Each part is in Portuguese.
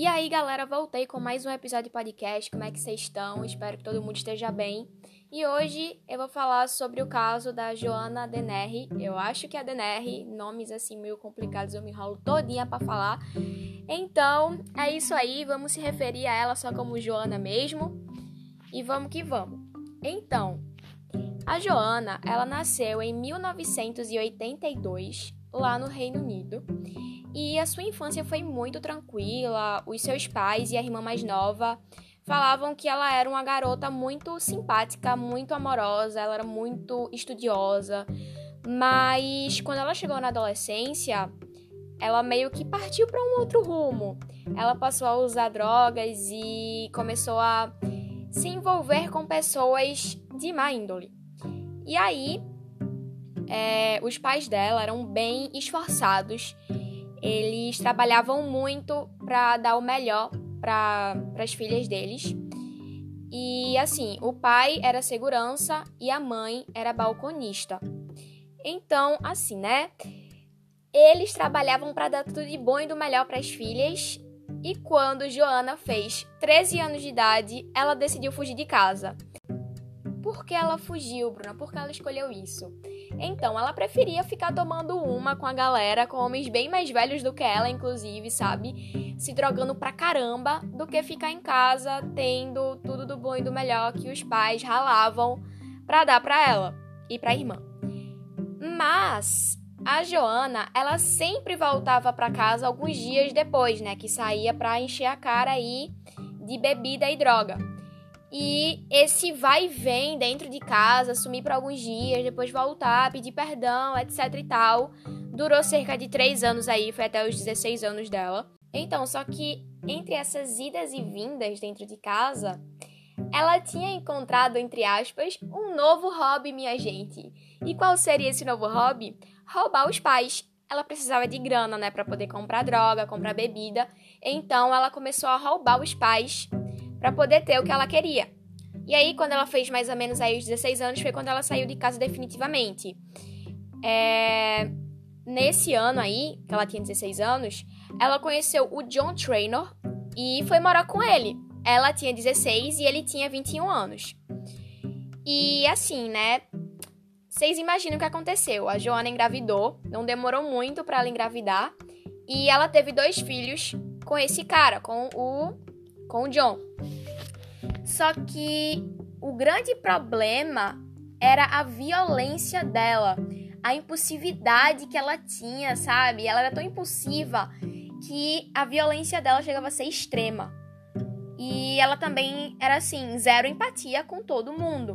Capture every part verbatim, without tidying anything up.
E aí, galera, voltei com mais um episódio de podcast. Como é que vocês estão? Espero que todo mundo esteja bem. E hoje eu vou falar sobre o caso da Joana Dennerre. Eu acho que é a Dennerre, nomes assim meio complicados, eu me enrolo todinha pra falar. Então, é isso aí, vamos se referir a ela só como Joana mesmo. E vamos que vamos. Então, a Joana, ela nasceu em mil novecentos e oitenta e dois, lá no Reino Unido. E a sua infância foi muito tranquila. Os seus pais e a irmã mais nova falavam que ela era uma garota muito simpática, muito amorosa, ela era muito estudiosa. Mas quando ela chegou na adolescência, ela meio que partiu para um outro rumo. Ela passou a usar drogas e começou a se envolver com pessoas de má índole. E aí, é, os pais dela eram bem esforçados. Eles trabalhavam muito para dar o melhor para as filhas deles. E assim, o pai era segurança e a mãe era balconista. Então, assim, né? Eles trabalhavam para dar tudo de bom e do melhor para as filhas. E quando Joana fez treze anos de idade, ela decidiu fugir de casa. Por que ela fugiu, Bruna? Por que ela escolheu isso? Então, ela preferia ficar tomando uma com a galera, com homens bem mais velhos do que ela, inclusive, sabe? Se drogando pra caramba, do que ficar em casa tendo tudo do bom e do melhor que os pais ralavam pra dar pra ela e pra irmã. Mas a Joana, ela sempre voltava pra casa alguns dias depois, né? Que saía pra encher a cara aí de bebida e droga. E esse vai e vem dentro de casa, sumir por alguns dias, depois voltar, pedir perdão, etc e tal. Durou cerca de três anos aí, foi até os dezesseis anos dela. Então, só que entre essas idas e vindas dentro de casa, ela tinha encontrado, entre aspas, um novo hobby, minha gente. E qual seria esse novo hobby? Roubar os pais. Ela precisava de grana, né, pra poder comprar droga, comprar bebida. Então, ela começou a roubar os pais para poder ter o que ela queria. E aí, quando ela fez mais ou menos aí os dezesseis anos, foi quando ela saiu de casa definitivamente. É... Nesse ano aí, que ela tinha dezesseis anos, ela conheceu o John Traynor e foi morar com ele. Ela tinha dezesseis e ele tinha vinte e um anos. E assim, né? Vocês imaginam o que aconteceu. A Joana engravidou, não demorou muito para ela engravidar. E ela teve dois filhos com esse cara, com o, com o John. Só que o grande problema era a violência dela, a impulsividade que ela tinha, sabe? Ela era tão impulsiva que a violência dela chegava a ser extrema. E ela também era, assim, zero empatia com todo mundo.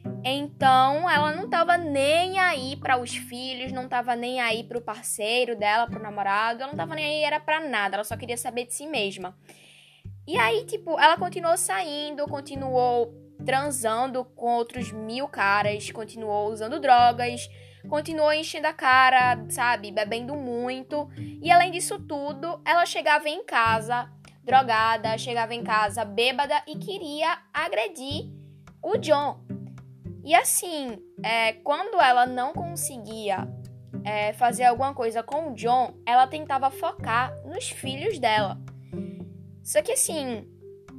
Então, ela não tava nem aí para os filhos, não tava nem aí pro parceiro dela, pro namorado, ela não tava nem aí, era pra nada, ela só queria saber de si mesma. E aí, tipo, ela continuou saindo, continuou transando com outros mil caras, continuou usando drogas, continuou enchendo a cara, sabe, bebendo muito. E além disso tudo, ela chegava em casa drogada, chegava em casa bêbada e queria agredir o John. E assim, é, quando ela não conseguia é, fazer alguma coisa com o John, ela tentava focar nos filhos dela. Só que assim,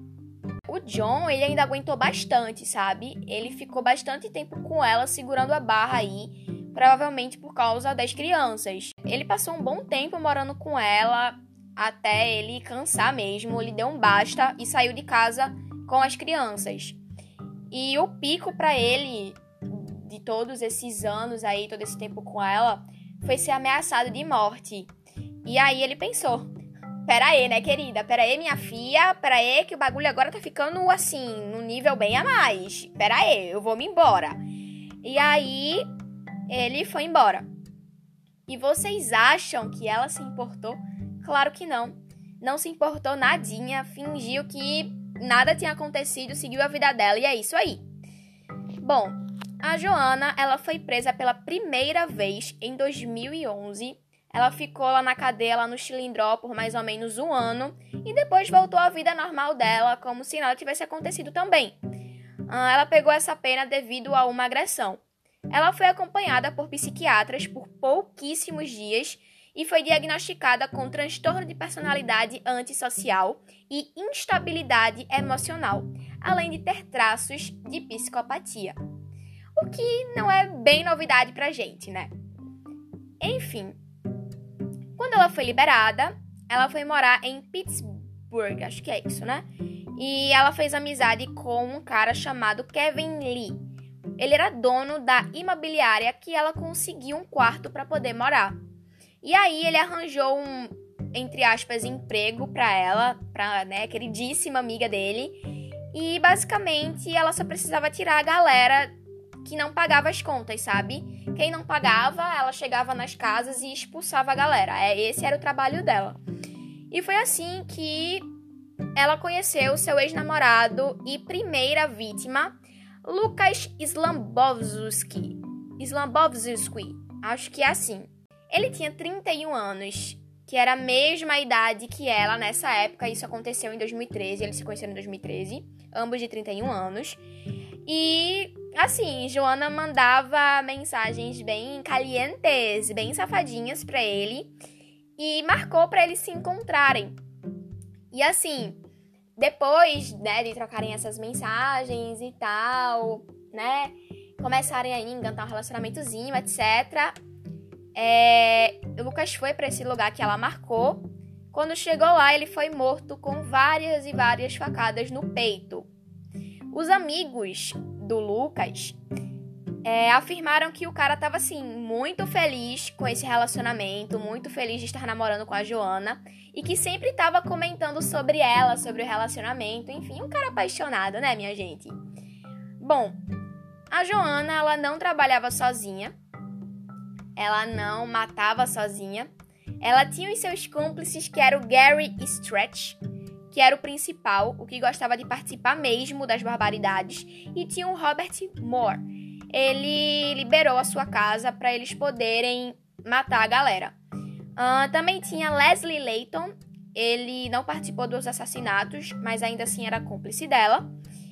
o John, ele ainda aguentou bastante, sabe? Ele ficou bastante tempo com ela, segurando a barra aí, provavelmente por causa das crianças. Ele passou um bom tempo morando com ela, até ele cansar mesmo, ele deu um basta e saiu de casa com as crianças. E o pico pra ele, de todos esses anos aí, todo esse tempo com ela, foi ser ameaçado de morte. E aí ele pensou... Pera aí, né, querida? Pera aí, minha filha. Pera aí, que o bagulho agora tá ficando, assim, num nível bem a mais. Pera aí, eu vou me embora. E aí, ele foi embora. E vocês acham que ela se importou? Claro que não. Não se importou nadinha, fingiu que nada tinha acontecido, seguiu a vida dela e é isso aí. Bom, a Joana, ela foi presa pela primeira vez em dois mil e onze. Ela ficou lá na cadeia, lá no Chilindró, por mais ou menos um ano. E depois voltou à vida normal dela, como se nada tivesse acontecido também. Ah, ela pegou essa pena devido a uma agressão. Ela foi acompanhada por psiquiatras por pouquíssimos dias. e foi diagnosticada com transtorno de personalidade antissocial e instabilidade emocional, além de ter traços de psicopatia. O que não é bem novidade pra gente, né? Enfim, quando ela foi liberada, ela foi morar em Pittsburgh, acho que é isso, né? E ela fez amizade com um cara chamado Kevin Lee. Ele era dono da imobiliária que ela conseguiu um quarto para poder morar. E aí ele arranjou um, entre aspas, emprego para ela, para, né, queridíssima amiga dele. E basicamente ela só precisava tirar a galera que não pagava as contas, sabe? Quem não pagava, ela chegava nas casas e expulsava a galera. É, esse era o trabalho dela. E foi assim que ela conheceu seu ex-namorado e primeira vítima, Lukas Slambowski. Slambowski, acho que é assim. Ele tinha trinta e um anos, que era a mesma idade que ela nessa época. Isso aconteceu em dois mil e treze, eles se conheceram em dois mil e treze, ambos de trinta e um anos. E, assim, Joana mandava mensagens bem calientes, bem safadinhas pra ele e marcou pra eles se encontrarem. E, assim, depois, né, de trocarem essas mensagens e tal, né, começarem a engatar um relacionamentozinho, etcétera, é, o Lucas foi pra esse lugar que ela marcou. Quando chegou lá, ele foi morto com várias e várias facadas no peito. Os amigos do Lucas é, afirmaram que o cara tava, assim, muito feliz com esse relacionamento, muito feliz de estar namorando com a Joana, e que sempre tava comentando sobre ela, sobre o relacionamento, enfim, um cara apaixonado, né, minha gente? Bom, a Joana, ela não trabalhava sozinha, ela não matava sozinha, ela tinha os seus cúmplices, que era o Gary Stretch, que era o principal, o que gostava de participar mesmo das barbaridades, e tinha o Robert Moore. Ele liberou a sua casa para eles poderem matar a galera. Uh, também tinha Leslie Layton. Ele não participou dos assassinatos, mas ainda assim era cúmplice dela.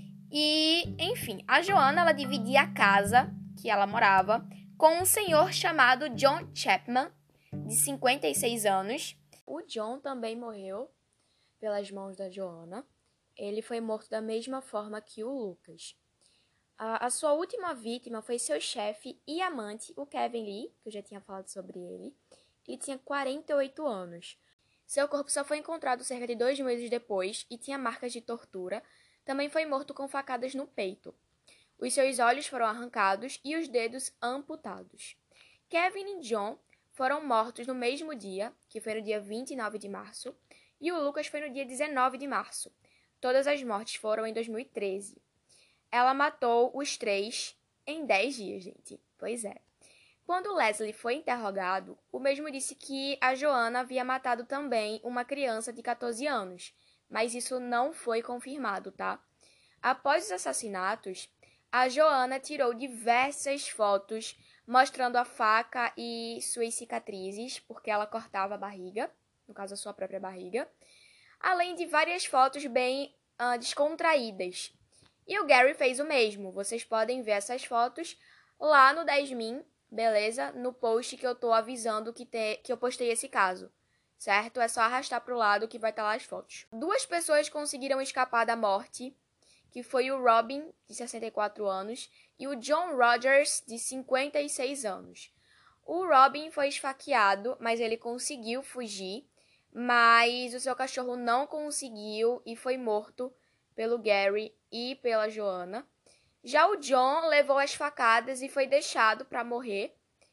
E, enfim, a Joana, ela dividia a casa que ela morava com um senhor chamado John Chapman, de cinquenta e seis anos. O John também morreu pelas mãos da Joana. Ele foi morto da mesma forma que o Lucas. A, a sua última vítima foi seu chefe e amante, o Kevin Lee, que eu já tinha falado sobre ele. Ele tinha quarenta e oito anos. Seu corpo só foi encontrado cerca de dois meses depois e tinha marcas de tortura. Também foi morto com facadas no peito. Os seus olhos foram arrancados e os dedos amputados. Kevin e John foram mortos no mesmo dia, que foi no dia vinte e nove de março, e o Lucas foi no dia dezenove de março. Todas as mortes foram em dois mil e treze. Ela matou os três em dez dias, gente. Pois é. Quando Leslie foi interrogado, o mesmo disse que a Joana havia matado também uma criança de catorze anos, mas isso não foi confirmado, tá? Após os assassinatos, a Joana tirou diversas fotos mostrando a faca e suas cicatrizes, porque ela cortava a barriga, no caso a sua própria barriga, além de várias fotos bem uh, descontraídas. E o Gary fez o mesmo. Vocês podem ver essas fotos lá no dez min, beleza? No post que eu tô avisando que, te, que eu postei esse caso, certo? É só arrastar pro lado que vai estar lá as fotos. Duas pessoas conseguiram escapar da morte, que foi o Robin, de sessenta e quatro anos, e o John Rogers, de cinquenta e seis anos. O Robin foi esfaqueado, mas ele conseguiu fugir, mas o seu cachorro não conseguiu e foi morto pelo Gary e pela Joana. Já o John levou as facadas e foi deixado para morrer,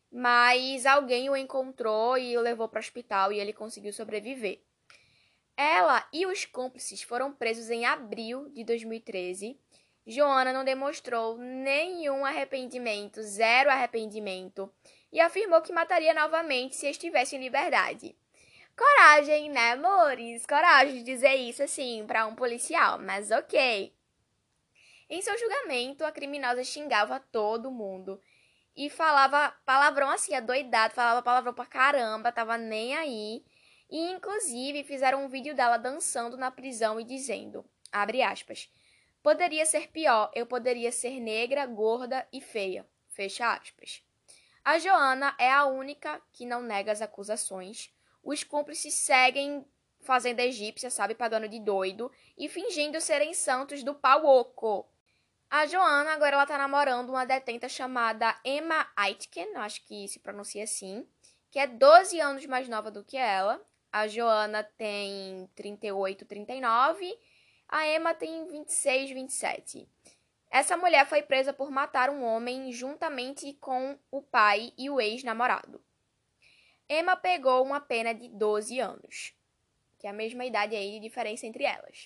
mas alguém o encontrou e o levou para o hospital e ele conseguiu sobreviver. Ela e os cúmplices foram presos em abril de dois mil e treze. Joana não demonstrou nenhum arrependimento, zero arrependimento, e afirmou que mataria novamente se estivesse em liberdade. Coragem, né, amores? Coragem de dizer isso, assim, para um policial, mas ok. Em seu julgamento, a criminosa xingava todo mundo e falava palavrão assim, adoidado, falava palavrão pra caramba, tava nem aí. E, inclusive, fizeram um vídeo dela dançando na prisão e dizendo, abre aspas, poderia ser pior, eu poderia ser negra, gorda e feia, fecha aspas. A Joanna é a única que não nega as acusações. Os cúmplices seguem fazenda egípcia, sabe, pagando de doido e fingindo serem santos do pau oco. A Joanna agora ela tá namorando uma detenta chamada Emma Aitken, acho que se pronuncia assim, que é doze anos mais nova do que ela. A Joanna tem trinta e oito, trinta e nove, a Emma tem vinte e seis, vinte e sete. Essa mulher foi presa por matar um homem juntamente com o pai e o ex-namorado. Emma pegou uma pena de doze anos, que é a mesma idade aí de diferença entre elas.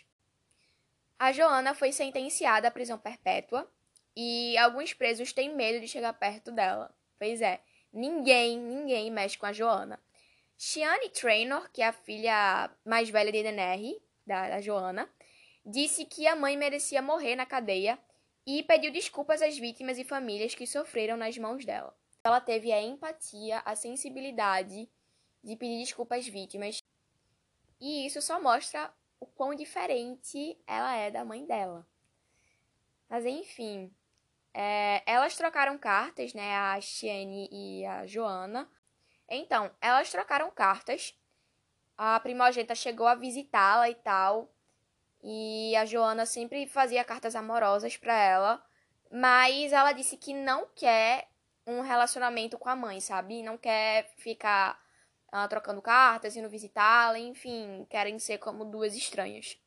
A Joanna foi sentenciada à prisão perpétua e alguns presos têm medo de chegar perto dela. Pois é, ninguém, ninguém mexe com a Joanna. Shiane Traynor, que é a filha mais velha de Daenerys, da, da Joanna, disse que a mãe merecia morrer na cadeia e pediu desculpas às vítimas e famílias que sofreram nas mãos dela. Ela teve a empatia, a sensibilidade de pedir desculpas às vítimas. E isso só mostra o quão diferente ela é da mãe dela. Mas enfim, é, elas trocaram cartas, né, a Shiane e a Joanna. Então, elas trocaram cartas, a primogênita chegou a visitá-la e tal, e a Joanna sempre fazia cartas amorosas pra ela, mas ela disse que não quer um relacionamento com a mãe, sabe? Não quer ficar Uh, trocando cartas, indo visitá-la, enfim, querem ser como duas estranhas.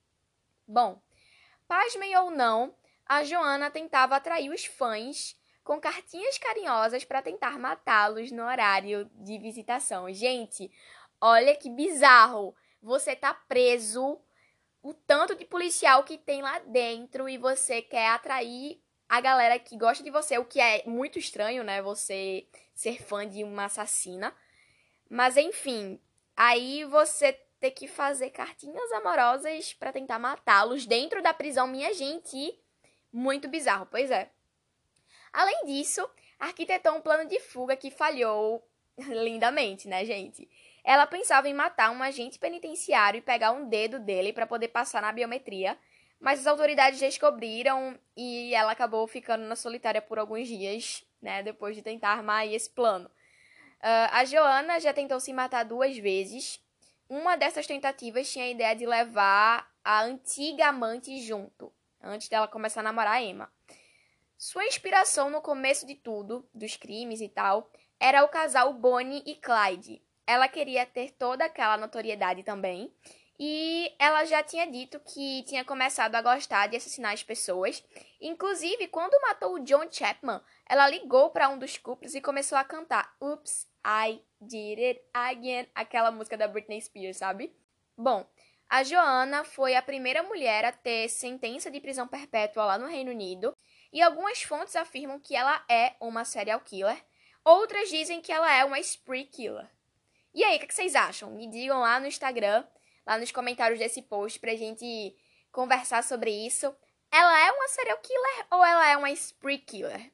Bom, pasmem ou não, a Joanna tentava atrair os fãs com cartinhas carinhosas para tentar matá-los no horário de visitação. Gente, olha que bizarro! Você tá preso, o tanto de policial que tem lá dentro e você quer atrair a galera que gosta de você, o que é muito estranho, né? Você ser fã de uma assassina. Mas, enfim, aí você ter que fazer cartinhas amorosas pra tentar matá-los dentro da prisão, minha gente. Muito bizarro, pois é. Além disso, arquitetou um plano de fuga que falhou lindamente, né, gente? Ela pensava em matar um agente penitenciário e pegar um dedo dele pra poder passar na biometria, mas as autoridades descobriram e ela acabou ficando na solitária por alguns dias, né, depois de tentar armar aí esse plano. Uh, a Joanna já tentou se matar duas vezes. Uma dessas tentativas tinha a ideia de levar a antiga amante junto, antes dela começar a namorar a Emma. Sua inspiração no começo de tudo, dos crimes e tal, era o casal Bonnie e Clyde. Ela queria ter toda aquela notoriedade também. E ela já tinha dito que tinha começado a gostar de assassinar as pessoas. Inclusive, quando matou o John Chapman, ela ligou para um dos cúmplices e começou a cantar Oops, I Did It Again, aquela música da Britney Spears, sabe? Bom, a Joanna foi a primeira mulher a ter sentença de prisão perpétua lá no Reino Unido. E algumas fontes afirmam que ela é uma serial killer. Outras dizem que ela é uma spree killer. E aí, o que vocês acham? Me digam lá no Instagram, lá nos comentários desse post pra gente conversar sobre isso. Ela é uma serial killer ou ela é uma spree killer?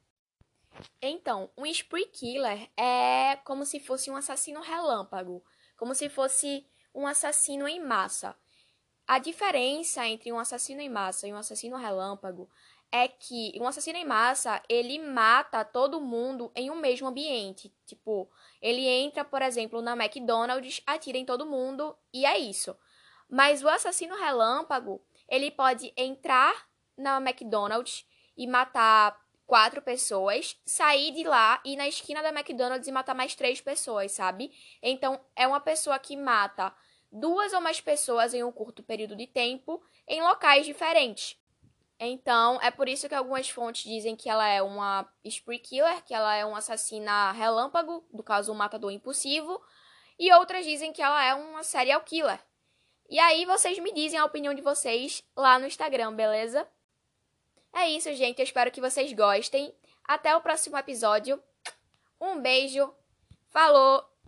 Então, um spree killer é como se fosse um assassino relâmpago, como se fosse um assassino em massa. A diferença entre um assassino em massa e um assassino relâmpago é que um assassino em massa, ele mata todo mundo em um mesmo ambiente. Tipo, ele entra, por exemplo, na McDonald's, atira em todo mundo e é isso. Mas o assassino relâmpago, ele pode entrar na McDonald's e matar quatro pessoas, sair de lá e ir na esquina da McDonald's e matar mais três pessoas, sabe? Então, é uma pessoa que mata duas ou mais pessoas em um curto período de tempo em locais diferentes. Então, é por isso que algumas fontes dizem que ela é uma spree killer, que ela é uma assassina relâmpago, no caso, um matador impulsivo, e outras dizem que ela é uma serial killer. E aí, vocês me dizem a opinião de vocês lá no Instagram, beleza? É isso, gente. Eu espero que vocês gostem. Até o próximo episódio. Um beijo. Falou!